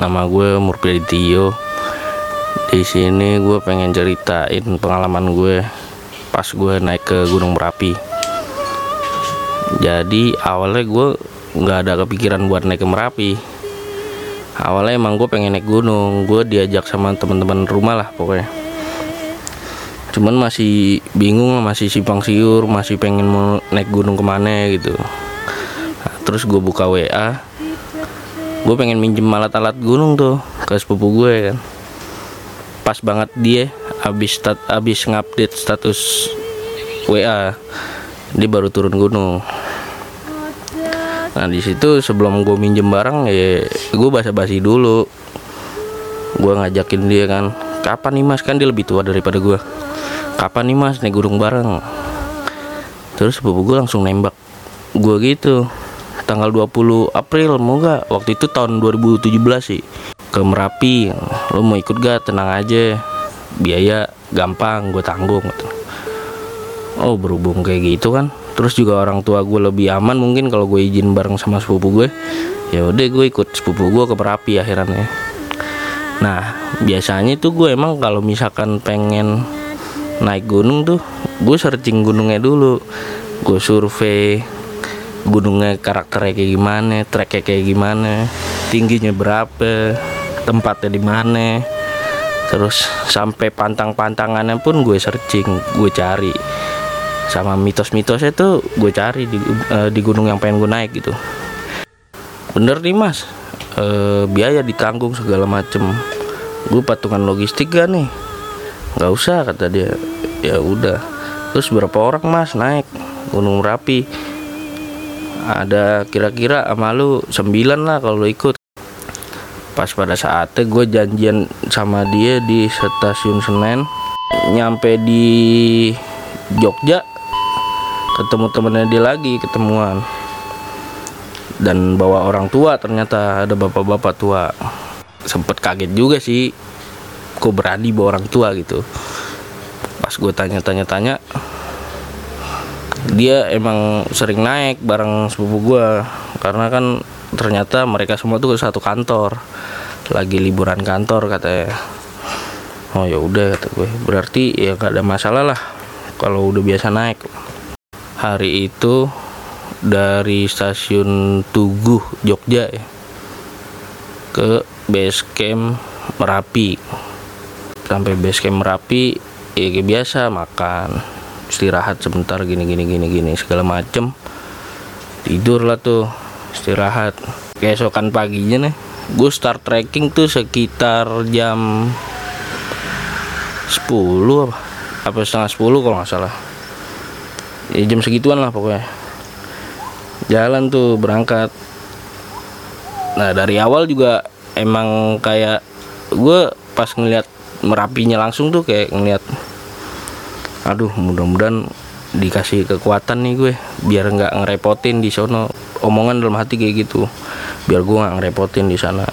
Nama gue Murpiditio. Di sini gue pengen ceritain pengalaman gue pas gue naik ke Gunung Merapi. Jadi awalnya gue nggak ada kepikiran buat naik ke Merapi. Awalnya emang gue pengen naik gunung, gue diajak sama teman-teman rumah lah pokoknya. Cuman masih bingung, masih simpang siur, masih pengen mau naik gunung kemana gitu. Nah, terus gue buka WA, gue pengen minjem alat-alat gunung tuh ke sepupu gue kan. Pas banget dia abis ngupdate status WA, dia baru turun gunung. Nah di situ sebelum gue minjem barang ya gue basa-basi dulu. Gue ngajakin dia kan, kapan nih mas, kan dia lebih tua daripada gue. Kapan nih mas naik gunung bareng? Terus sepupu gue langsung nembak gue gitu, tanggal 20 April mau gak? Waktu itu tahun 2017 sih, ke Merapi. Lo mau ikut gak? Tenang aja, biaya gampang gue tanggung gitu. Oh berhubung kayak gitu kan, terus juga orang tua gue lebih aman mungkin kalau gue izin bareng sama sepupu gue. Ya udah gue ikut sepupu gue ke Merapi akhirnya. Nah biasanya tuh gue emang kalau misalkan pengen naik gunung tuh gue searching gunungnya dulu, gue survei gunungnya karakternya kayak gimana, treknya kayak gimana, tingginya berapa, tempatnya di mana, terus sampai pantang-pantangannya pun gue searching, gue cari, sama mitos-mitosnya tuh gue cari di gunung yang pengen gue naik gitu. Bener nih mas, biaya ditanggung segala macem. Gue patungan logistik gak nih? Nggak usah kata dia. Ya udah. Terus berapa orang mas naik Gunung Merapi? Ada kira-kira sama lu 9 lah kalau ikut. Pas pada saatnya gue janjian sama dia di stasiun Senen, nyampe di Jogja ketemu temennya dia lagi ketemuan, dan bawa orang tua, ternyata ada bapak-bapak tua. Sempet kaget juga sih, kok berani bawa orang tua gitu. Pas gue tanya-tanya, dia emang sering naik bareng sepupu gue, karena kan ternyata mereka semua tuh satu kantor, lagi liburan kantor katanya. Oh ya udah kata gue, berarti ya gak ada masalah lah kalau udah biasa naik. Hari itu dari stasiun Tugu Jogja ya ke base camp Merapi. Sampai base camp Merapi ya kayak biasa, makan, istirahat sebentar gini segala macem. Tidur lah tuh, istirahat. Keesokan paginya nih gue start trekking tuh sekitar jam 10 apa setengah 10 kalau nggak salah. Ya jam segituan lah pokoknya. Jalan tuh berangkat. Nah dari awal juga emang kayak gue pas ngeliat Merapinya langsung tuh kayak ngeliat, aduh mudah-mudahan dikasih kekuatan nih gue biar nggak ngerepotin di sono. Omongan dalam hati kayak gitu, biar gue nggak ngerepotin di sana.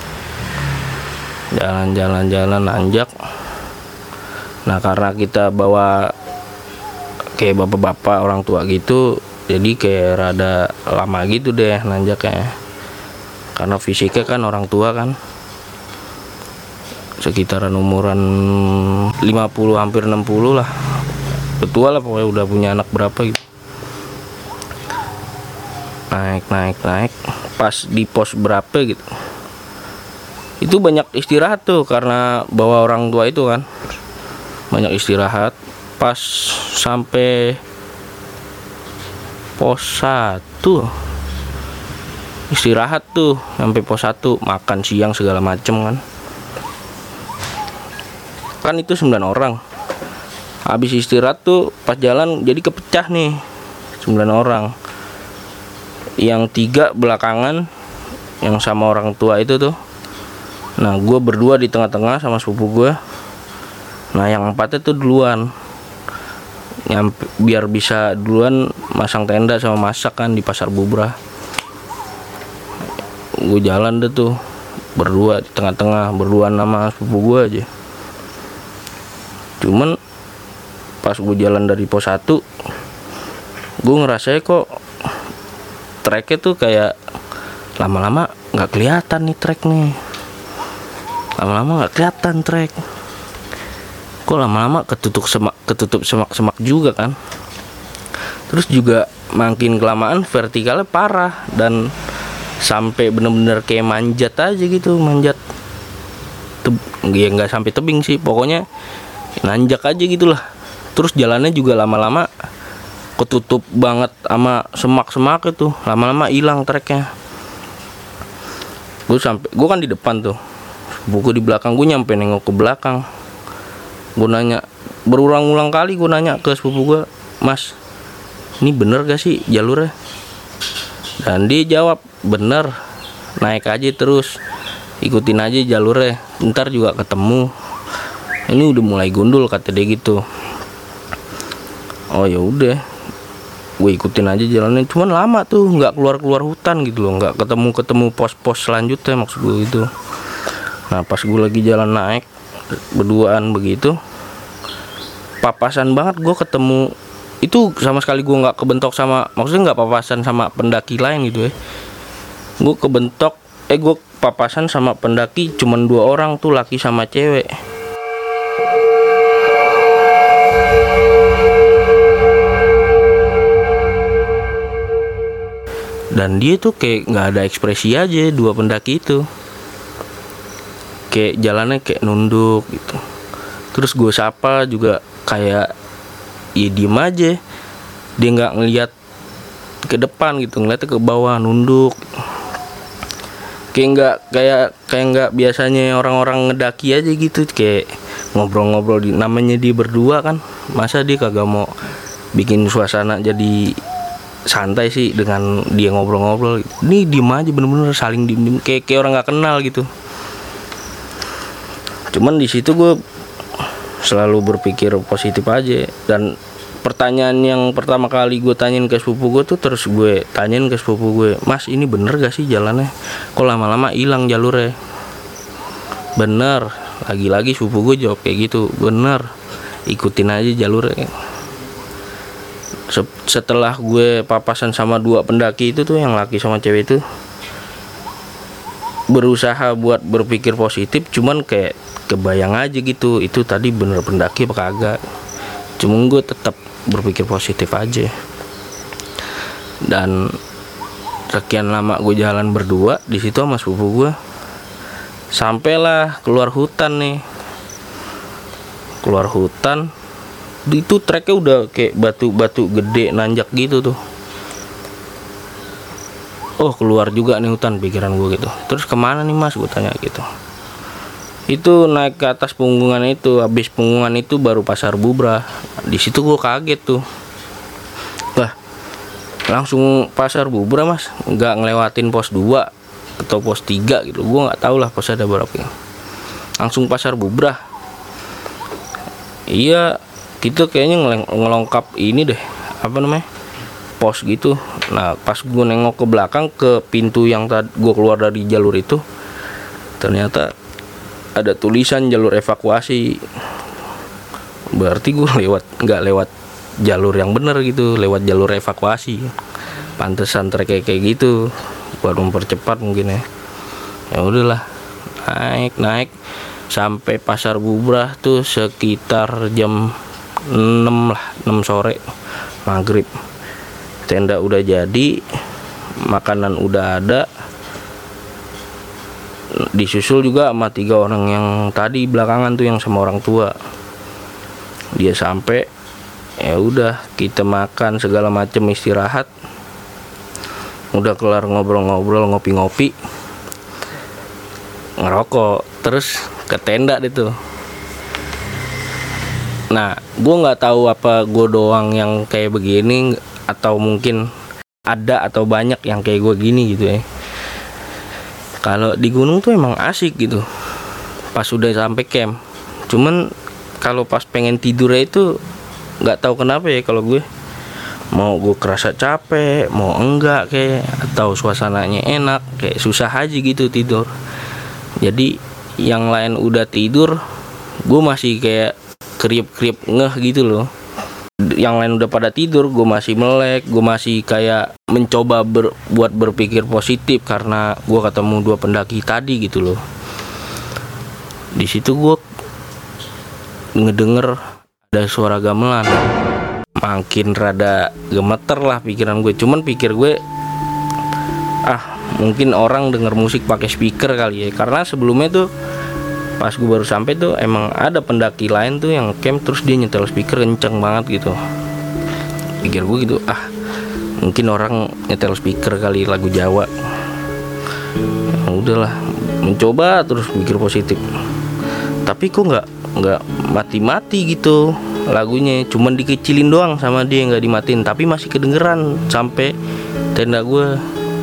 Jalan nanjak. Nah karena kita bawa kayak bapak-bapak orang tua gitu, jadi kayak rada lama gitu deh nanjaknya, karena fisiknya kan orang tua kan sekitaran umuran 50 hampir 60 lah, betua lah pokoknya, udah punya anak berapa gitu. Naik pas di pos berapa gitu, itu banyak istirahat tuh karena bawa orang tua itu kan, banyak istirahat. Pas sampai pos 1 istirahat tuh, sampai pos 1 makan siang segala macem kan itu 9 orang. Habis istirahat tuh pas jalan jadi kepecah nih 9 orang. Yang 3 belakangan, yang sama orang tua itu tuh. Nah gue berdua di tengah-tengah sama sepupu gue. Nah yang 4 itu duluan, biar bisa duluan masang tenda sama masak kan di Pasar Bubrah. Gue jalan deh tuh berdua di tengah-tengah, berduaan sama sepupu gue aja. Cuman pas gue jalan dari pos 1, gue ngerasa kok treknya tuh kayak lama-lama nggak kelihatan nih trek nih. lama-lama nggak kelihatan trek. Kok lama-lama ketutup semak juga kan. Terus juga makin kelamaan vertikalnya parah dan sampai bener-bener kayak manjat aja gitu, manjat. Ya nggak sampai tebing sih, pokoknya nanjak aja gitulah. Terus jalannya juga lama-lama ketutup banget sama semak-semak itu, lama-lama hilang treknya. Gue kan di depan tuh, buku di belakang. Gue nyampe nengok ke belakang. Gue nanya, berulang-ulang kali gue nanya ke sepupu gue, "Mas, ini bener gak sih jalurnya?" Dan dia jawab, "Bener, naik aja terus, ikutin aja jalurnya, ntar juga ketemu. Ini udah mulai gundul," kata dia gitu. Oh ya udah, gue ikutin aja jalannya. Cuman lama tuh, nggak keluar hutan gitu loh, nggak ketemu pos-pos selanjutnya, maksud gue itu. Nah pas gue lagi jalan naik berduaan begitu, papasan banget gue ketemu. Itu sama sekali gue nggak kebentok sama, maksudnya nggak papasan sama pendaki lain gitu ya. Gue papasan sama pendaki cuman 2 orang tuh, laki sama cewek. Dan dia tuh kayak nggak ada ekspresi aja, 2 pendaki itu. Kayak jalannya kayak nunduk gitu. Terus gue sapa juga kayak ya diem aja. Dia nggak ngeliat ke depan gitu, ngeliatnya ke bawah, nunduk. Kayak nggak biasanya orang-orang ngedaki aja gitu, kayak ngobrol-ngobrol. Namanya dia berdua kan, masa dia kagak mau bikin suasana jadi santai sih dengan dia ngobrol-ngobrol. Ini diem aja, bener-bener saling diem, kayak orang nggak kenal gitu. Cuman di situ gue selalu berpikir positif aja. Dan pertanyaan yang pertama kali gue tanyain ke sepupu gue tuh, terus gue tanyain ke sepupu gue, "Mas, ini bener gak sih jalannya? Kok lama-lama hilang jalurnya?" "Bener." Lagi-lagi sepupu gue jawab kayak gitu, "Bener, ikutin aja jalurnya." Setelah gue papasan sama 2 pendaki itu tuh, yang laki sama cewek itu, berusaha buat berpikir positif, cuman kayak kebayang aja gitu, itu tadi bener pendaki apa kagak. Cuman gue tetap berpikir positif aja. Dan sekian lama gue jalan berdua di situ sama sepupu gue, sampailah keluar hutan nih. Keluar hutan itu treknya udah kayak batu-batu gede nanjak gitu tuh. Oh, keluar juga nih hutan, pikiran gue gitu. Terus kemana nih Mas, gue tanya gitu. Itu naik ke atas punggungan itu, habis punggungan itu baru Pasar Bubrah. Di situ gue kaget tuh. Wah, langsung Pasar Bubrah Mas, nggak ngelewatin pos 2 atau pos 3 gitu. Gue nggak tahu lah pos ada berapa. Langsung Pasar Bubrah. Iya, kita kayaknya ngelongkap ini deh, apa namanya, pos gitu. Nah pas gue nengok ke belakang ke pintu yang tadi gue keluar dari jalur itu, ternyata ada tulisan jalur evakuasi. Berarti gue nggak lewat jalur yang bener gitu, lewat jalur evakuasi. Pantesan trek kayak gitu, buat mempercepat mungkin ya. Ya udahlah, naik sampai Pasar Bubrah tuh sekitar jam 6 sore, maghrib. Tenda udah jadi, makanan udah ada, disusul juga sama 3 orang yang tadi belakangan tuh, yang sama orang tua. Dia sampai, ya udah kita makan segala macam, istirahat. Udah kelar ngobrol-ngobrol, ngopi-ngopi, ngerokok, terus ke tenda deh tuh. Nah, gue nggak tahu apa gue doang yang kayak begini, atau mungkin ada atau banyak yang kayak gue gini gitu ya. Kalau di gunung tuh emang asik gitu pas udah sampai camp. Cuman kalau pas pengen tidurnya itu nggak tahu kenapa ya, kalau gue mau gue kerasa capek, mau enggak kayak, atau suasananya enak, kayak susah aja gitu tidur. Jadi yang lain udah tidur, gue masih kayak kriep-kriep ngeh gitu loh. Yang lain udah pada tidur, gue masih melek, gue masih kayak mencoba buat berpikir positif karena gue ketemu 2 pendaki tadi gitu loh. Di situ gue ngedenger ada suara gamelan. Makin rada gemeter lah pikiran gue. Cuman pikir gue, mungkin orang denger musik pakai speaker kali ya. Karena sebelumnya tuh pas gue baru sampai tuh emang ada pendaki lain tuh yang camp, terus dia nyetel speaker kenceng banget gitu. Pikir gue gitu, mungkin orang nyetel speaker kali lagu Jawa. Ya udahlah, mencoba terus mikir positif. Tapi kok nggak mati-mati gitu lagunya, cuman dikecilin doang sama dia, nggak dimatiin, tapi masih kedengeran sampai tenda gue.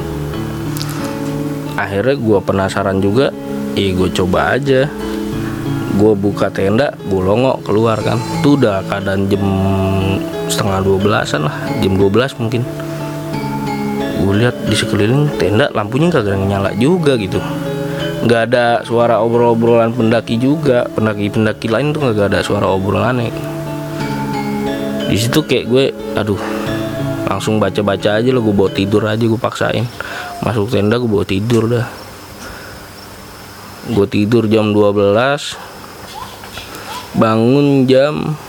Akhirnya gue penasaran juga, gue coba aja. Gue buka tenda, gue longok keluar kan. Tuh udah keadaan jam setengah 12-an lah, jam 12 mungkin. Gue lihat di sekeliling tenda lampunya kagak nyala juga gitu. Nggak ada suara obrol-obrolan pendaki juga. Pendaki lain tuh nggak ada suara obrolannya. Di situ kayak gue, langsung baca-baca aja lah. Gue bawa tidur aja, gue paksain masuk tenda, gue bawa tidur dah. Gue tidur jam 12, bangun jam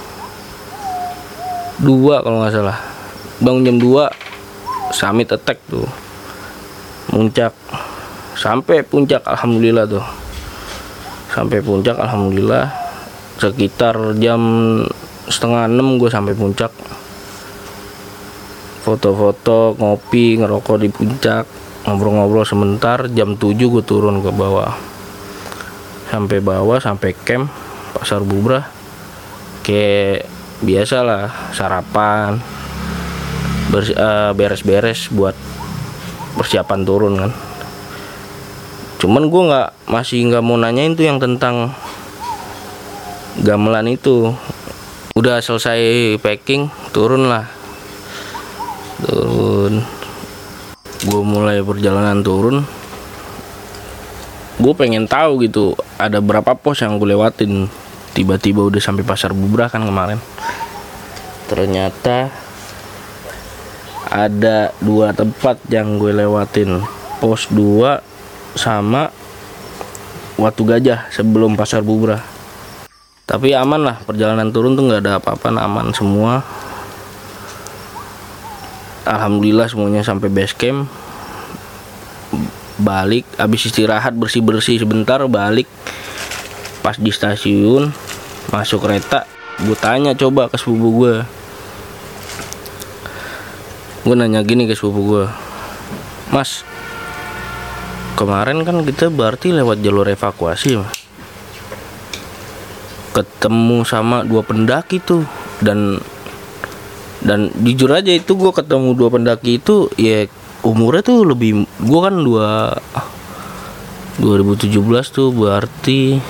2 kalau nggak salah. Bangun jam 2, summit attack tuh, muncak. Sampai puncak alhamdulillah tuh. Sampai puncak alhamdulillah. Sekitar jam setengah 6 gue sampai puncak. Foto-foto, ngopi, ngerokok di puncak, ngobrol-ngobrol sebentar. Jam 7 gue turun ke bawah. Sampai bawah, sampai camp Pasar Bubrah. Kayak biasa lah, sarapan, beres-beres buat persiapan turun kan. Cuman gue masih nggak mau nanyain tuh yang tentang gamelan itu. Udah selesai packing, turun. Gue mulai perjalanan turun. Gue pengen tahu gitu ada berapa pos yang gue lewatin. Tiba-tiba udah sampai Pasar Bubrah kan kemarin. Ternyata ada 2 tempat yang gue lewatin, pos 2 sama Watu Gajah sebelum Pasar Bubrah. Tapi aman lah, perjalanan turun tuh nggak ada apa-apa, aman semua. Alhamdulillah semuanya sampai base camp. Balik, habis istirahat bersih-bersih sebentar, balik. Pas di stasiun, masuk kereta, gue tanya coba ke sepupu gue. Gue nanya gini ke sepupu gue, Mas, kemarin kan kita berarti lewat jalur evakuasi, Mas. Ketemu sama 2 pendaki tuh, dan jujur aja itu gue ketemu 2 pendaki itu ya umurnya tuh lebih, gue kan 2017 tuh berarti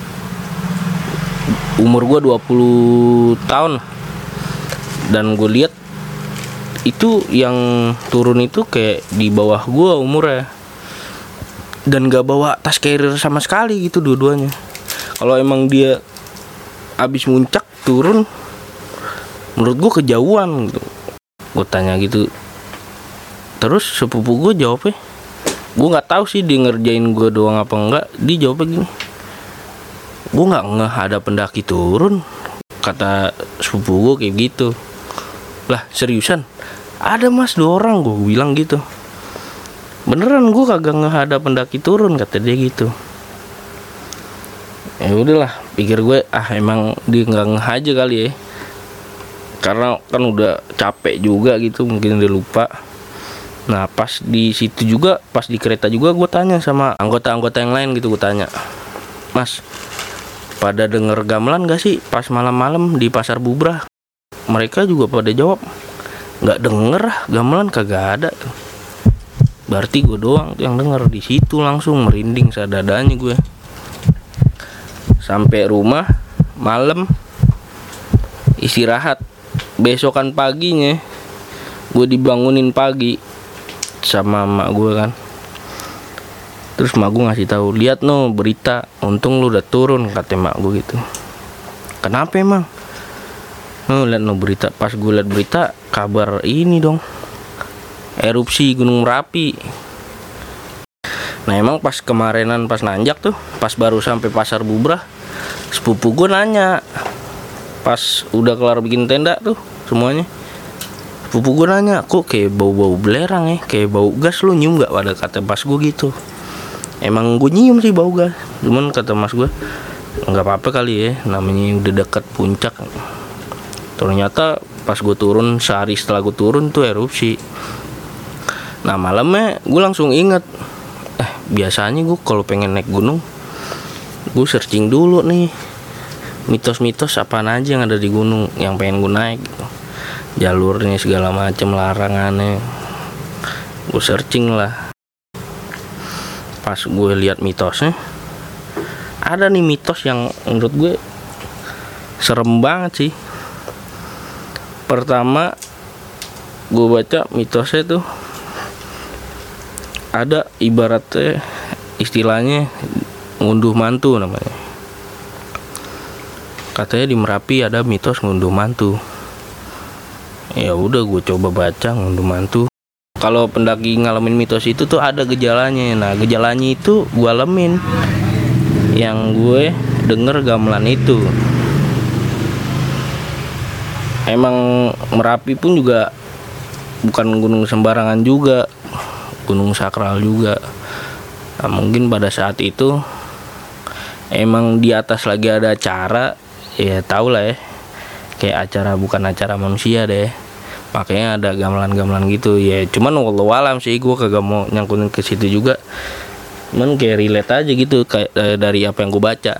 umur gue 20 tahun. Dan gue lihat itu yang turun itu kayak di bawah gue umurnya, dan gak bawa tas carrier sama sekali gitu dua-duanya. Kalau emang dia abis muncak turun, menurut gue kejauhan gitu. Gue tanya gitu, terus sepupu gue jawabnya, gue nggak tahu sih dia ngerjain gue doang apa enggak. Dia jawabnya gini, gue nggak ngeh ada pendaki turun, kata sepupu gue kayak gitu. Lah seriusan? Ada Mas, 2 orang, gue bilang gitu. Beneran gue kagak ngeh ada pendaki turun, kata dia gitu. Ya udahlah, pikir gue emang dia nggak ngeh aja kali ya, karena kan udah capek juga gitu, mungkin dia lupa. Nah pas di situ juga, pas di kereta juga gue tanya sama anggota-anggota yang lain gitu. Gue tanya, Mas, pada denger gamelan gak sih pas malam-malam di Pasar Bubrah? Mereka juga pada jawab, nggak denger gamelan, kagak ada. Berarti gue doang tuh yang denger. Di situ langsung merinding sadadanya gue. Sampai rumah malam, istirahat. Besokan paginya gue dibangunin pagi sama emak gue kan. Terus emak gue ngasih tahu, lihat no berita, untung lu udah turun, kata emak gue gitu. Kenapa emang? Lihat no berita. Pas gue liat berita, kabar ini dong, erupsi Gunung Merapi. Nah emang pas kemarinan pas nanjak tuh, pas baru sampai pasar Bubrah, sepupu gue nanya, pas udah kelar bikin tenda tuh semuanya, sepupu gue nanya, kok kayak bau-bau belerang ya, kayak bau gas, lu nyium gak? Pada kata pas gue gitu. Emang gue nyium sih bau gas, cuman kata mas gue nggak apa-apa kali ya, namanya udah dekat puncak. Ternyata pas gue turun, sehari setelah gue turun tuh erupsi. Nah malamnya gue langsung inget, biasanya gue kalau pengen naik gunung, gue searching dulu nih mitos-mitos apaan aja yang ada di gunung yang pengen gue naik gitu. Jalurnya segala macam, larangannya gue searching lah. Pas gue lihat mitosnya, ada nih mitos yang menurut gue serem banget sih. Pertama gue baca mitosnya tuh ada ibaratnya, istilahnya ngunduh mantu namanya. Katanya di Merapi ada mitos ngunduh mantu. Ya udah gue coba baca ngunduh mantu. Kalau pendaki ngalamin mitos itu tuh ada gejalanya. Nah gejalanya itu gue alamin. Yang gue denger gamelan itu. Emang Merapi pun juga bukan gunung sembarangan juga, gunung sakral juga. Nah, mungkin pada saat itu emang di atas lagi ada acara, ya tau lah ya, kayak acara bukan acara manusia deh. Makanya ada gamelan-gamelan gitu ya. Cuman wallahu alam sih, gue kagak mau nyangkutin ke situ juga. Cuman kayak relate aja gitu kayak dari apa yang gue baca.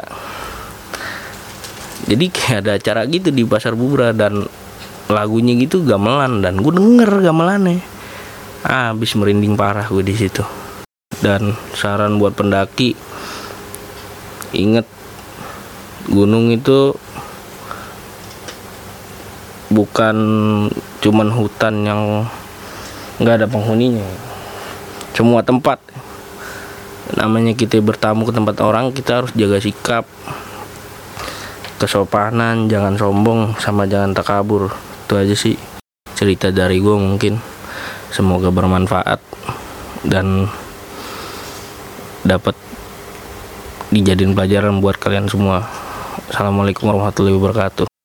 Jadi kayak ada acara gitu di pasar Bubrah dan lagunya gitu gamelan, dan gue denger gamelannya. Habis merinding parah gue di situ. Dan saran buat pendaki, inget gunung itu bukan cuman hutan yang nggak ada penghuninya. Semua tempat, namanya kita bertamu ke tempat orang, kita harus jaga sikap, kesopanan, jangan sombong, sama jangan takabur. Itu aja sih cerita dari gue mungkin. Semoga bermanfaat dan dapat dijadiin pelajaran buat kalian semua. Assalamualaikum warahmatullahi wabarakatuh.